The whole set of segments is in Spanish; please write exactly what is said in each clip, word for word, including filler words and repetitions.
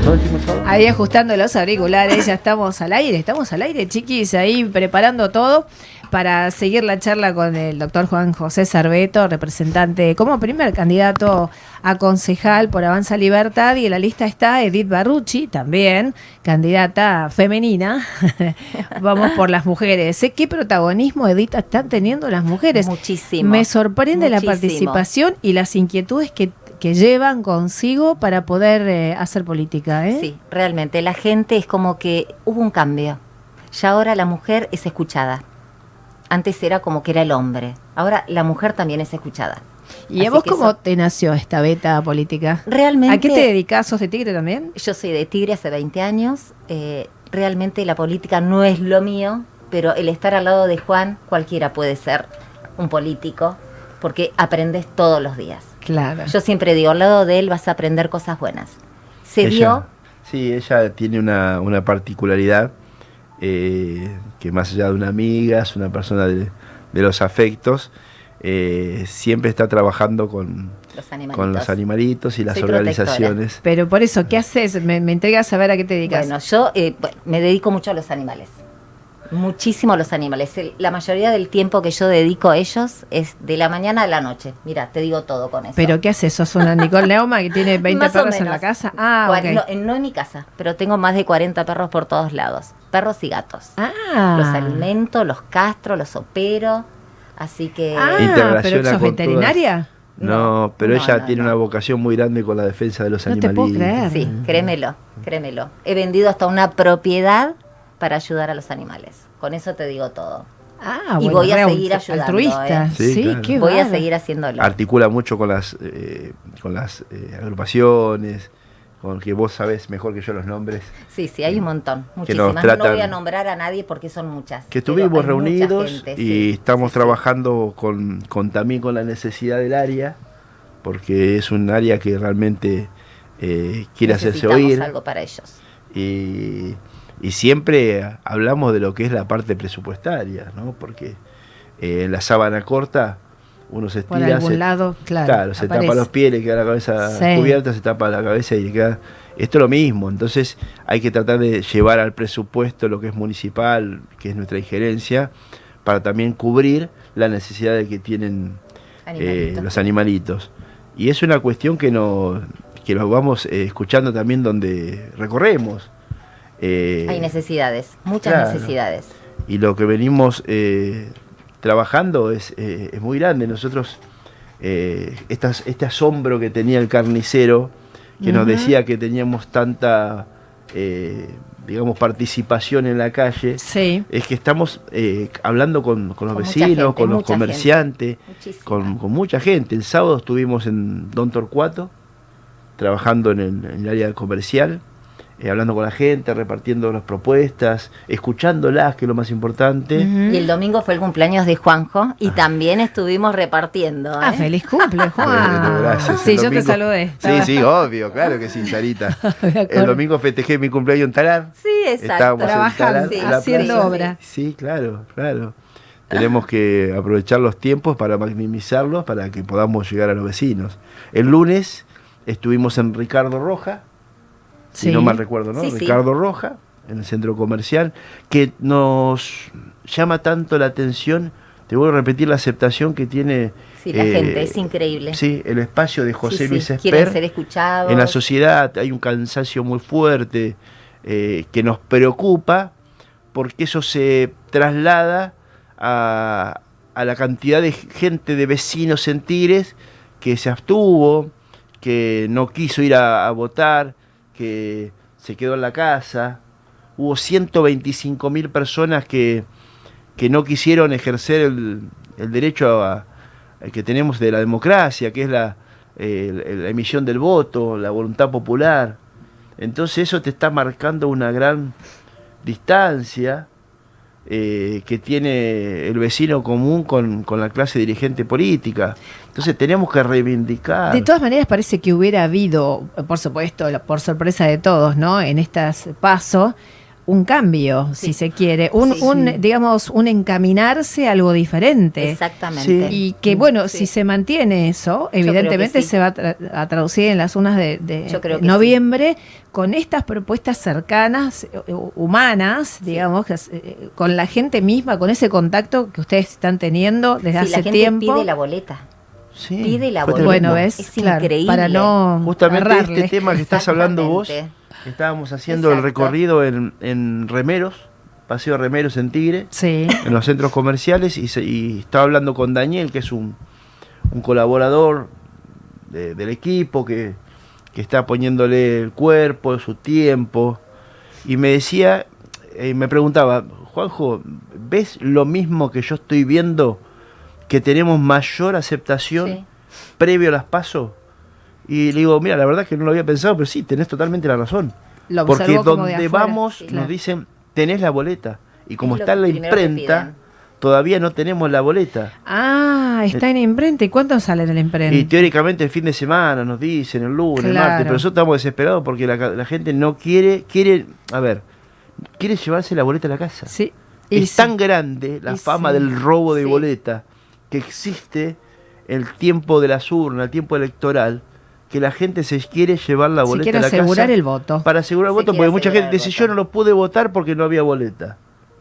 pasó, chicos? Ahí ajustando los auriculares, ya estamos al aire, estamos al aire, chiquis, ahí preparando todo para seguir la charla con el doctor Juan José Sarbeto, representante como primer candidato a concejal por Avanza Libertad, y en la lista está Edith Barrucci, también candidata femenina. Vamos por las mujeres. ¿Qué protagonismo, Edith, están teniendo las mujeres? Muchísimo. Me sorprende muchísimo. la participación y las inquietudes que que llevan consigo para poder eh, hacer política, ¿eh? Sí, realmente, la gente es como que hubo un cambio. Ya ahora la mujer es escuchada. Antes era como que era el hombre. Ahora la mujer también es escuchada. ¿Y Así a vos cómo eso, te nació esta beta política? Realmente. ¿A qué te dedicás? ¿Sos de Tigre también? Yo soy de Tigre hace veinte años. Eh, realmente la política no es lo mío, pero el estar al lado de Juan, cualquiera puede ser un político, porque aprendes todos los días. Claro. Yo siempre digo, al lado de él vas a aprender cosas buenas. Se ella, dio... Sí, ella tiene una, una particularidad eh, que más allá de una amiga, es una persona de, de los afectos, eh, siempre está trabajando con los animalitos, con los animalitos y las Soy organizaciones. protectora. Pero por eso, ¿qué haces? Me, me intriga saber a qué te dedicas. Bueno, yo eh, bueno, me dedico mucho a los animales. Muchísimo a los animales. El, la mayoría del tiempo que yo dedico a ellos es de la mañana a la noche. Mira, te digo todo con eso. ¿Pero qué haces? ¿Sos una Nicole Neuma que tiene veinte Más o perros en menos. la casa? Ah, Bueno, ok. no, no en mi casa, pero tengo más de cuarenta perros por todos lados. Perros y gatos. Ah. Los alimento, los castro, los opero. Así que... Ah, Interrelaciona ¿pero sos con veterinaria? No, No, pero no, ella no, tiene no. una vocación muy grande con la defensa de los No te animalitos. puedo creer. Sí, créemelo, créemelo. He vendido hasta una propiedad para ayudar a los animales. Con eso te digo todo. Ah, Y bueno, voy a re seguir alt- ayudando, altruista. ¿eh? Sí, Sí, claro. qué Voy a bárbaro. seguir haciéndolo. Articula mucho con las eh, con las eh, agrupaciones, con que vos sabés mejor que yo los nombres. Sí, sí, hay un montón, Que muchísimas. nos tratan- No voy a nombrar a nadie porque son muchas. Que pero estuvimos hay mucha reunidos gente, y sí, estamos sí, sí. trabajando con, con también con la necesidad del área, porque es un área que realmente eh, quiere hacerse Necesitamos oír. algo para ellos. Y, y siempre hablamos de lo que es la parte presupuestaria, ¿no? Porque eh, en la sábana corta uno se Por estira, algún se, lado, claro. se aparece. tapa los pies, le queda la cabeza Sí. cubierta, se tapa la cabeza y le queda... Esto es lo mismo, entonces hay que tratar de llevar al presupuesto lo que es municipal, que es nuestra injerencia, para también cubrir la necesidad de que tienen eh, Animalitos. los animalitos. Y es una cuestión que, no, que lo vamos eh, escuchando también donde recorremos. Eh, Hay necesidades, muchas claro. necesidades. Y lo que venimos eh, trabajando es, eh, es muy grande. Nosotros, eh, estas, este asombro que tenía el carnicero, que Ujú. nos decía que teníamos tanta, eh, digamos, participación en la calle, Sí. es que estamos eh, hablando con, con los Con mucha vecinos, gente, con los mucha comerciantes, Muchísimas. con, con mucha gente. El sábado estuvimos en Don Torcuato, trabajando en el, en el área comercial, eh, hablando con la gente, repartiendo las propuestas, escuchándolas, que es lo más importante. Ujú. Y el domingo fue el cumpleaños de Juanjo y también estuvimos repartiendo. Ah, ¿eh? feliz cumple, Juan. Bueno, gracias. Sí, El yo te domingo- saludé. Sí, Estaba- sí, obvio, claro que sí, Sarita. Me acuerdo. El domingo festejé mi cumpleaños en Talar. Sí, exacto. Estábamos en Trabajando, Talar, Sí, en la haciendo plaza. obra. Sí, claro, claro. Tenemos que aprovechar los tiempos para maximizarlos, para que podamos llegar a los vecinos. El lunes estuvimos en Ricardo Roja, si Sí. no mal recuerdo, ¿no? Sí, sí. Ricardo Roja, en el centro comercial, que nos llama tanto la atención. Te voy a repetir la aceptación que tiene Sí, la eh, gente, es increíble. Sí, el espacio de José Sí, sí, Luis quieren Esper. ser escuchados. En la sociedad hay un cansancio muy fuerte eh, que nos preocupa, porque eso se traslada a, a la cantidad de gente, de vecinos en Tigres, que se abstuvo, que no quiso ir a, a votar, que se quedó en la casa. Hubo ciento veinticinco mil personas que, que no quisieron ejercer el, el derecho a, a que tenemos de la democracia, que es la, eh, la emisión del voto, la voluntad popular. Entonces eso te está marcando una gran distancia eh, que tiene el vecino común con, con la clase dirigente política. Entonces tenemos que reivindicar. De todas maneras parece que hubiera habido, por supuesto, la- por sorpresa de todos, ¿no? En estas pasos, un cambio, Sí. si se quiere, un, Sí. un digamos, un encaminarse a algo diferente. Exactamente. Y que bueno, Sí. si se mantiene eso, creo evidentemente que sí. se va a, tra- a traducir en las urnas de, de Yo creo que noviembre con estas propuestas cercanas, eh, humanas, digamos, que, eh, con la gente misma, con ese contacto que ustedes están teniendo desde Sí, hace la gente tiempo. pide la boleta. Sí, Pide la fue boleta. Bueno, tremendo. ves, Es claro, increíble. para no Justamente errarle. este tema que estás hablando vos, Exactamente. estábamos haciendo el Exacto. recorrido en, en Remeros, Paseo Remeros en Tigre, Sí. en los centros comerciales, y, se- y estaba hablando con Daniel, que es un, un colaborador de- del equipo, que, que está poniéndole el cuerpo, su tiempo, y me decía, eh, me preguntaba, Juanjo, ¿ves lo mismo que yo estoy viendo, que tenemos mayor aceptación Sí. previo a las PASO? Y le digo, mira, la verdad es que no lo había pensado, pero sí, tenés totalmente la razón. Lo Porque observó como de donde afuera. vamos Sí. nos Claro. dicen, tenés la boleta. Y como Es lo está en la que primero que imprenta, piden. todavía no tenemos la boleta. Ah, está en imprenta. ¿Y cuánto sale de la imprenta? Y teóricamente el fin de semana nos dicen, el lunes, el Claro. martes, pero nosotros estamos desesperados porque la, la gente no quiere, quiere, a ver, quiere llevarse la boleta a la casa. Sí. Y Es sí. tan grande la Y fama sí. del robo de Sí. boleta que existe el tiempo de las urnas, el tiempo electoral, que la gente se quiere llevar la Si boleta quiere a la asegurar casa el voto. para asegurar el Se voto, quiere porque mucha asegurar gente el dice, voto. yo no lo pude votar porque no había boleta.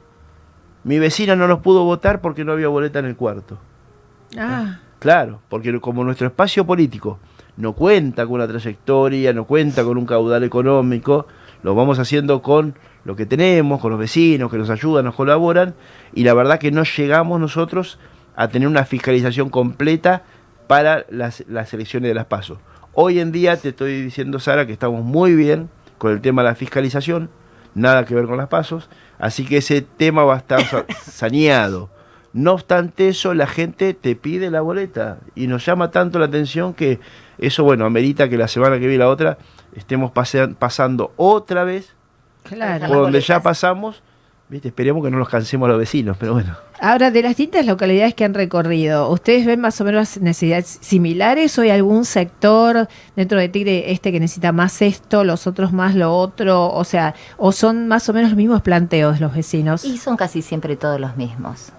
Mi vecina no los pudo votar porque no había boleta en el cuarto. Ah, Claro, porque como nuestro espacio político no cuenta con una trayectoria, no cuenta con un caudal económico, lo vamos haciendo con lo que tenemos, con los vecinos que nos ayudan, nos colaboran, y la verdad que no llegamos nosotros a tener una fiscalización completa para las, las elecciones de las PASO. Hoy en día te estoy diciendo, Sara, que estamos muy bien con el tema de la fiscalización, nada que ver con las PASOs, así que ese tema va a estar sa- saneado. No obstante eso, la gente te pide la boleta y nos llama tanto la atención que eso, bueno, amerita que la semana que viene la otra estemos pasea- pasando otra vez claro. por donde ya boletas. pasamos. ¿Viste? Esperemos que no nos cansemos a los vecinos, pero bueno. Ahora, de las distintas localidades que han recorrido, ¿ustedes ven más o menos necesidades similares o hay algún sector dentro de Tigre este que necesita más esto, los otros más lo otro? O sea, ¿o son más o menos los mismos planteos los vecinos? Y son casi siempre todos los mismos.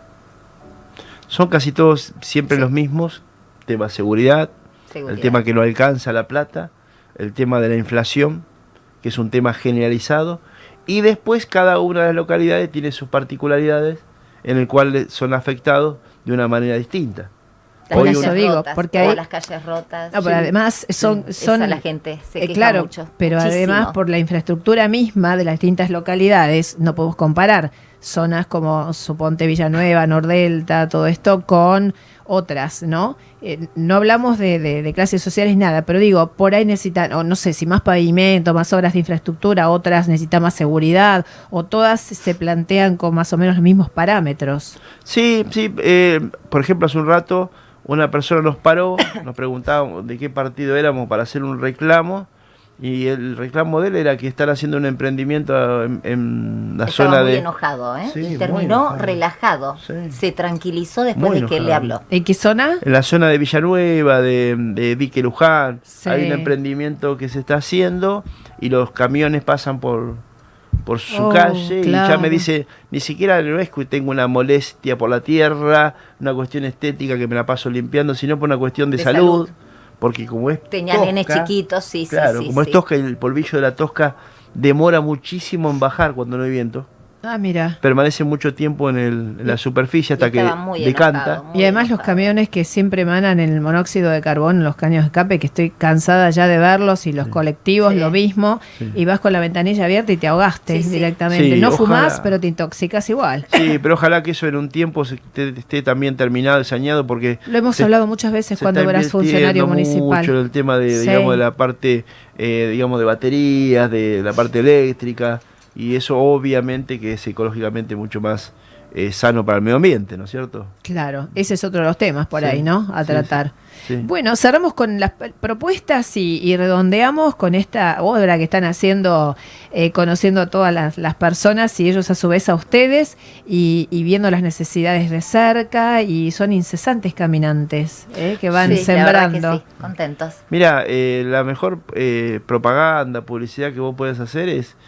Son casi todos siempre Sí. los mismos. Tema seguridad, Seguridad. el tema que no alcanza la plata, el tema de la inflación, que es un tema generalizado, y después cada una de las localidades tiene sus particularidades en el cual son afectados de una manera distinta. Las Por Hoy eso calles digo, rotas, porque todas hay- las calles rotas. No, pero Sí. además son, Sí, son esa la gente se eh, queja claro, mucho, pero muchísimo. además por la infraestructura misma de las distintas localidades no podemos comparar zonas como suponte Villanueva, Nordelta, todo esto con otras, ¿no? Eh, no hablamos de, de- de clases sociales nada, pero digo, por ahí necesitan, o no sé, si más pavimento, más obras de infraestructura, otras necesitan más seguridad, o todas se plantean con más o menos los mismos parámetros. Sí, sí, eh, por ejemplo, hace un rato una persona nos paró, nos preguntaba de qué partido éramos para hacer un reclamo, y el reclamo de él era que están haciendo un emprendimiento en, en la Estaba zona muy de... enojado, ¿eh? Sí, muy y terminó enojado. relajado. Sí. Se tranquilizó después Muy de que él le enojado. habló. ¿En qué zona? En la zona de Villanueva, de, de Dique Luján, Sí. hay un emprendimiento que se está haciendo y los camiones pasan por, por su Oh, calle, y ya claro. me dice, ni siquiera no es que tengo una molestia por la tierra, una cuestión estética que me la paso limpiando, sino por una cuestión de, De salud, salud. porque como es Tenía tosca, nenes chiquitos, sí, claro, sí, sí. como sí. es tosca y el polvillo de la tosca demora muchísimo en bajar cuando no hay viento, Ah, mira. permanece mucho tiempo en, el, en la superficie hasta Y que estaba muy decanta. enojado, muy Y además los enojado. camiones que siempre emanan el monóxido de carbono, los caños de escape, que estoy cansada ya de verlos, y los Sí. colectivos Sí. lo mismo, Sí. y vas con la ventanilla abierta y te ahogaste Sí, sí. directamente. Sí, no ojalá. fumás, pero te intoxicas igual. Sí, pero ojalá que eso en un tiempo se esté, esté también terminado, saneado, porque Lo hemos se- hablado muchas veces se cuando está eras funcionario invirtiendo municipal. mucho en el tema de, Sí. digamos, de la parte, eh, digamos, de baterías, de la parte eléctrica, y eso obviamente que es ecológicamente mucho más eh, sano para el medio ambiente, ¿no es cierto? Claro, ese es otro de los temas por Sí, ahí, ¿no? A sí, tratar. sí, sí. Bueno, cerramos con las p- propuestas y, y redondeamos con esta obra que están haciendo, eh, conociendo a todas las, las personas y ellos a su vez a ustedes, y, y viendo las necesidades de cerca, y son incesantes caminantes eh, que van Sí, la verdad que sembrando. sí, contentos. Mira, eh, la mejor eh, propaganda, publicidad que vos puedes hacer es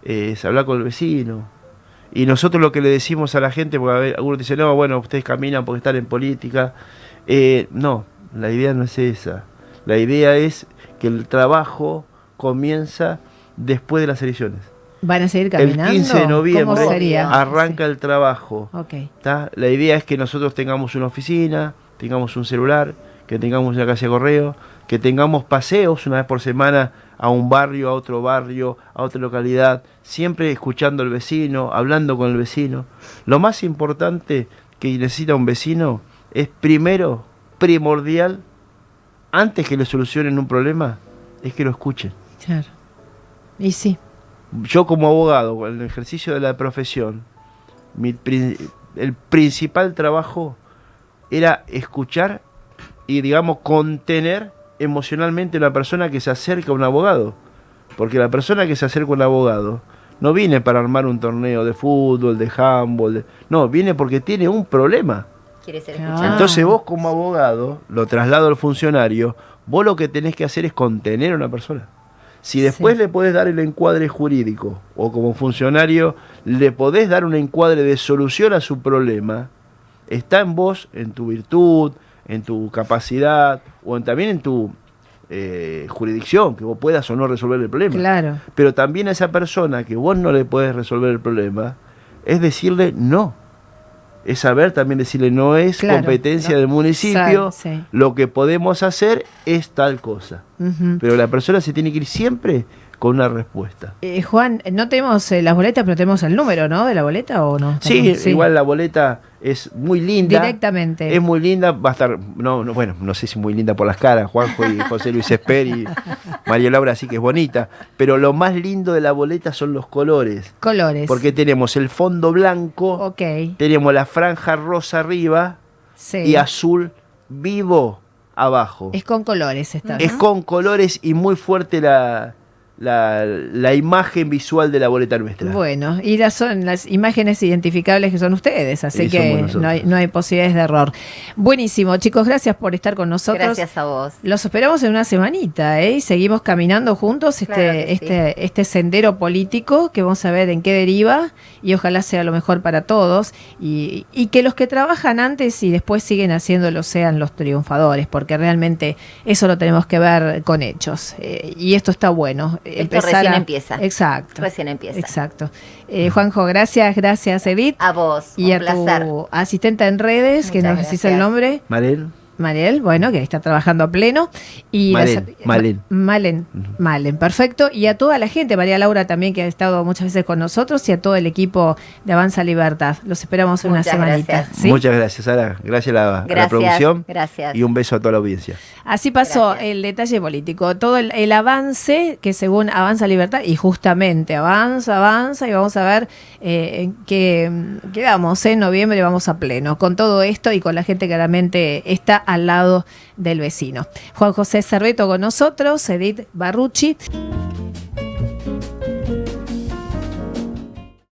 es hablar con el vecino. Y nosotros lo que le decimos a la gente, porque a ver, algunos dicen, no, bueno, ustedes caminan porque están en política. Eh, no, la idea no es esa. La idea es que el trabajo comienza después de las elecciones. ¿Van a seguir caminando? El quince de noviembre ¿Cómo sería? arranca Sí. el trabajo. Okay. ¿Tá? La idea es que nosotros tengamos una oficina, tengamos un celular, que tengamos una calle de correo, que tengamos paseos una vez por semana a un barrio, a otro barrio, a otra localidad, siempre escuchando al vecino, hablando con el vecino. Lo más importante que necesita un vecino es primero, primordial, antes que le solucionen un problema, es que lo escuchen. Claro. Y sí. Yo como abogado, en el ejercicio de la profesión, mi, el principal trabajo era escuchar y, digamos, contener emocionalmente a una persona que se acerca a un abogado. Porque la persona que se acerca a un abogado no viene para armar un torneo de fútbol, de handball, de, no, viene porque tiene un problema. Quiere ser Ah. escuchado. Entonces vos como abogado, lo traslado al funcionario, vos lo que tenés que hacer es contener a una persona. Si después Sí. le podés dar el encuadre jurídico o como funcionario le podés dar un encuadre de solución a su problema, está en vos, en tu virtud, en tu capacidad o en, también en tu eh, jurisdicción, que vos puedas o no resolver el problema. Claro. Pero también a esa persona que vos no le podés resolver el problema, es decirle no. Es saber también decirle no es Claro, competencia ¿no? del municipio, Sal, sí. lo que podemos hacer es tal cosa. Ujú. Pero la persona se tiene que ir siempre con una respuesta. Eh, Juan, no tenemos eh, las boletas, pero tenemos el número, ¿no? ¿De la boleta o no? Sí, igual la boleta es muy linda. Directamente. Es muy linda, va a estar, no, no, bueno, no sé si muy linda por las caras, Juanjo y José Luis Esper y María Laura sí que es bonita, pero lo más lindo de la boleta son los colores. Colores. Porque tenemos el fondo blanco, Ok. tenemos la franja rosa arriba Sí. y azul vivo abajo. Es con colores esta vez. Es con colores y muy fuerte la, la, la imagen visual de la boleta nuestra. Bueno, y las son las imágenes identificables que son ustedes, así Sí, que somos nosotros. no hay, no hay posibilidades de error. Buenísimo, chicos, gracias por estar con nosotros. Gracias a vos. Los esperamos en una semanita, ¿eh? Y seguimos caminando juntos este, Claro que sí. este, este sendero político que vamos a ver en qué deriva y ojalá sea lo mejor para todos y, y que los que trabajan antes y después siguen haciéndolo sean los triunfadores, porque realmente eso lo tenemos que ver con hechos. Eh, y esto está bueno. Esto recién a- empieza. Exacto. Recién empieza. Exacto. Eh, Juanjo, gracias, gracias Edith. A vos, Y un a placer. tu asistente en redes, que Muchas nos decís gracias. el nombre. Marel, Mariel, bueno, que está trabajando a pleno. Y Malen, las- Malen. Malen, Malen, perfecto. Y a toda la gente, María Laura también, que ha estado muchas veces con nosotros, y a todo el equipo de Avanza Libertad. Los esperamos en una Muchas semanita. gracias. ¿sí? muchas gracias, Sara. Gracias a la, a la Gracias, producción. gracias. Y un beso a toda la audiencia. Así pasó Gracias. el detalle político, todo el, el avance que según Avanza Libertad, y justamente avanza, avanza, y vamos a ver eh, que quedamos en noviembre, vamos a pleno, con todo esto y con la gente que realmente está al lado del vecino. Juan José Cerveto con nosotros, Edith Barrucci.